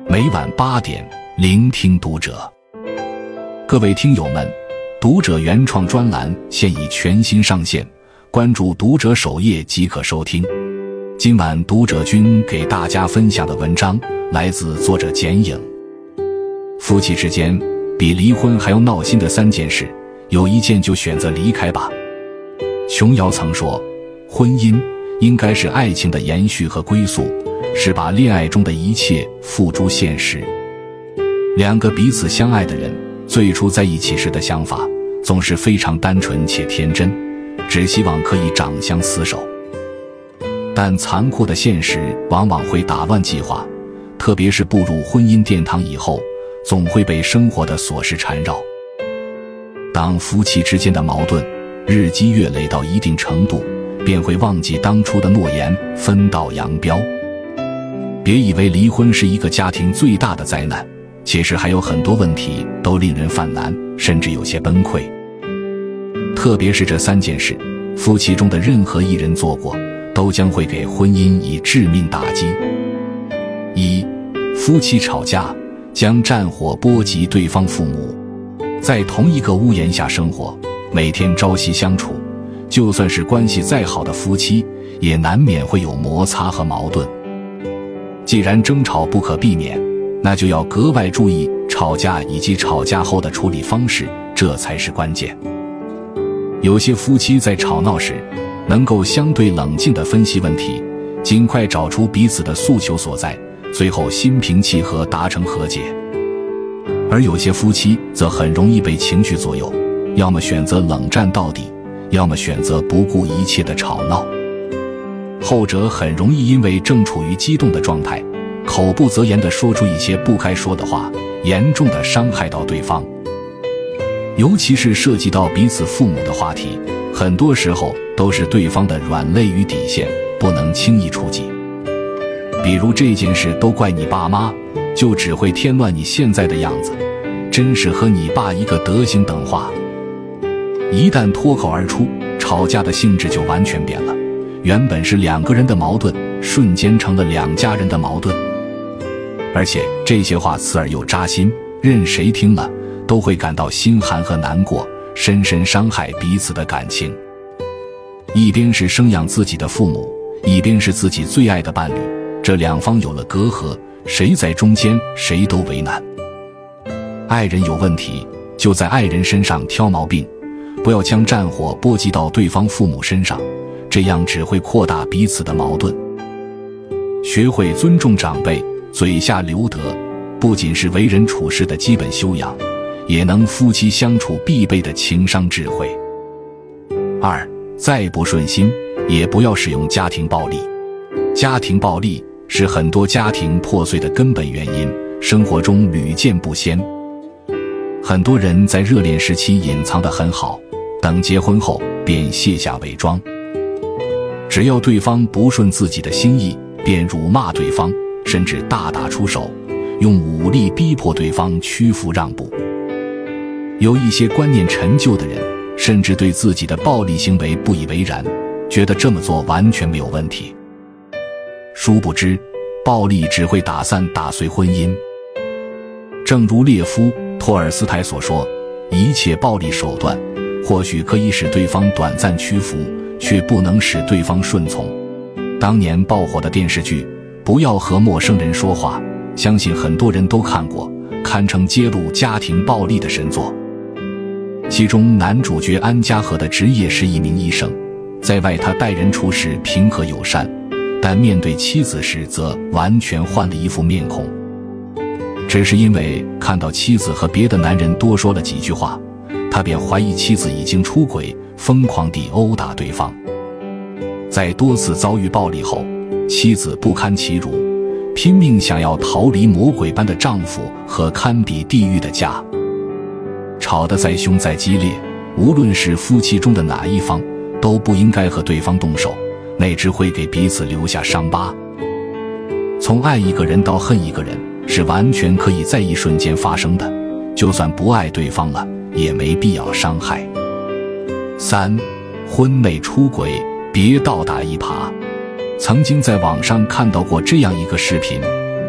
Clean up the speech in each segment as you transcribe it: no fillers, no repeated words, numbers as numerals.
每晚8点，聆听读者。各位听友们，读者原创专栏现已全新上线，关注读者首页即可收听。今晚读者君给大家分享的文章来自作者简影。夫妻之间比离婚还要闹心的3件事，有一件就选择离开吧。琼瑶曾说，婚姻应该是爱情的延续和归宿，是把恋爱中的一切付诸现实。两个彼此相爱的人，最初在一起时的想法总是非常单纯且天真，只希望可以长相厮守。但残酷的现实往往会打乱计划，特别是步入婚姻殿堂以后，总会被生活的琐事缠绕。当夫妻之间的矛盾日积月累到一定程度，便会忘记当初的诺言，分道扬镳。别以为离婚是一个家庭最大的灾难，其实还有很多问题都令人犯难，甚至有些崩溃。特别是这3件事，夫妻中的任何一人做过，都将会给婚姻以致命打击。1. 夫妻吵架，将战火波及对方父母。在同一个屋檐下生活，每天朝夕相处，就算是关系再好的夫妻，也难免会有摩擦和矛盾。既然争吵不可避免，那就要格外注意吵架以及吵架后的处理方式，这才是关键。有些夫妻在吵闹时，能够相对冷静地分析问题，尽快找出彼此的诉求所在，最后心平气和达成和解。而有些夫妻则很容易被情绪左右，要么选择冷战到底，要么选择不顾一切的吵闹。后者很容易因为正处于激动的状态，口不择言地说出一些不该说的话，严重地伤害到对方。尤其是涉及到彼此父母的话题，很多时候都是对方的软肋与底线，不能轻易触及。比如这件事都怪你爸妈，就只会添乱你现在的样子，真是和你爸一个德行等话。一旦脱口而出，吵架的性质就完全变了，原本是2个人的矛盾，瞬间成了2家人的矛盾。而且这些话刺耳又扎心，任谁听了都会感到心寒和难过，深深伤害彼此的感情。一边是生养自己的父母，一边是自己最爱的伴侣，这2方有了隔阂，谁在中间谁都为难。爱人有问题，就在爱人身上挑毛病，不要将战火波及到对方父母身上，这样只会扩大彼此的矛盾。学会尊重长辈，嘴下留德，不仅是为人处事的基本修养，也能夫妻相处必备的情商智慧。2. 再不顺心，也不要使用家庭暴力。家庭暴力是很多家庭破碎的根本原因，生活中屡见不鲜。很多人在热恋时期隐藏得很好，等结婚后便卸下伪装。只要对方不顺自己的心意，便辱骂对方，甚至大打出手，用武力逼迫对方屈服让步。有一些观念陈旧的人，甚至对自己的暴力行为不以为然，觉得这么做完全没有问题。殊不知，暴力只会打碎婚姻。正如列夫·托尔斯泰所说，一切暴力手段或许可以使对方短暂屈服，却不能使对方顺从。当年爆火的电视剧《不要和陌生人说话》，相信很多人都看过，堪称揭露家庭暴力的神作。其中男主角安家和的职业是一名医生，在外他待人处事平和友善，但面对妻子时则完全换了一副面孔。只是因为看到妻子和别的男人多说了几句话，他便怀疑妻子已经出轨，疯狂地殴打对方。在多次遭遇暴力后，妻子不堪其辱，拼命想要逃离魔鬼般的丈夫和堪比地狱的家。吵得再凶再激烈，无论是夫妻中的哪一方，都不应该和对方动手，那只会给彼此留下伤疤。从爱一个人到恨一个人，是完全可以在一瞬间发生的，就算不爱对方了，也没必要伤害。3. 婚内出轨，别倒打一耙。曾经在网上看到过这样一个视频，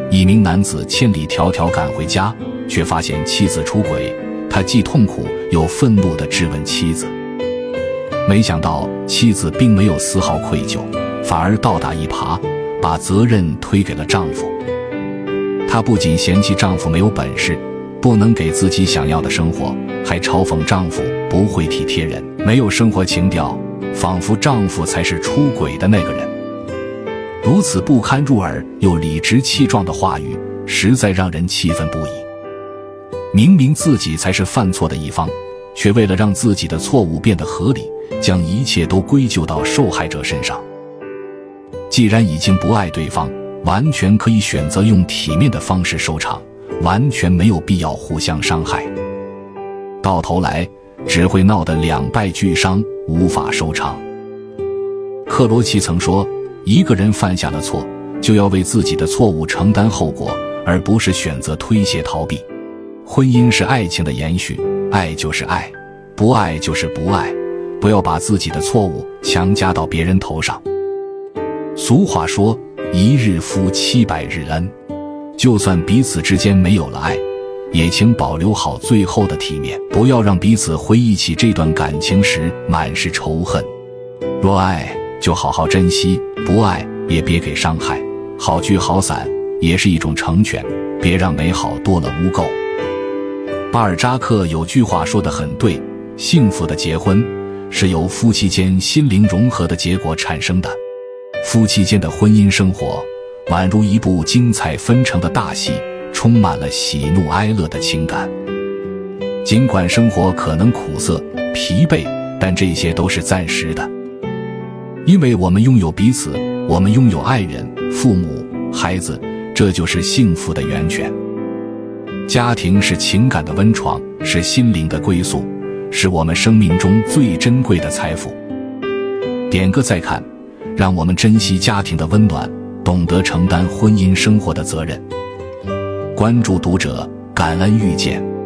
一名男子千里迢迢赶回家，却发现妻子出轨，他既痛苦又愤怒地质问妻子。没想到妻子并没有丝毫愧疚，反而倒打一耙，把责任推给了丈夫。她不仅嫌弃丈夫没有本事，不能给自己想要的生活，还嘲讽丈夫不会体贴人，没有生活情调，仿佛丈夫才是出轨的那个人。如此不堪入耳又理直气壮的话语，实在让人气愤不已。明明自己才是犯错的一方，却为了让自己的错误变得合理，将一切都归咎到受害者身上。既然已经不爱对方，完全可以选择用体面的方式收场，完全没有必要互相伤害。到头来只会闹得两败俱伤，无法收场。克罗齐曾说，一个人犯下了错，就要为自己的错误承担后果，而不是选择推卸逃避。婚姻是爱情的延续，爱就是爱，不爱就是不爱，不要把自己的错误强加到别人头上。俗话说，一日夫700日恩，就算彼此之间没有了爱，也请保留好最后的体面，不要让彼此回忆起这段感情时满是仇恨。若爱就好好珍惜，不爱也别给伤害，好聚好散也是一种成全，别让美好多了污垢。巴尔扎克有句话说得很对，幸福的结婚是由夫妻间心灵融合的结果产生的。夫妻间的婚姻生活宛如一部精彩纷呈的大戏，充满了喜怒哀乐的情感。尽管生活可能苦涩疲惫，但这些都是暂时的，因为我们拥有彼此，我们拥有爱人、父母、孩子，这就是幸福的源泉。家庭是情感的温床，是心灵的归宿，是我们生命中最珍贵的财富。点个再看，让我们珍惜家庭的温暖，懂得承担婚姻生活的责任。关注读者，感恩遇见。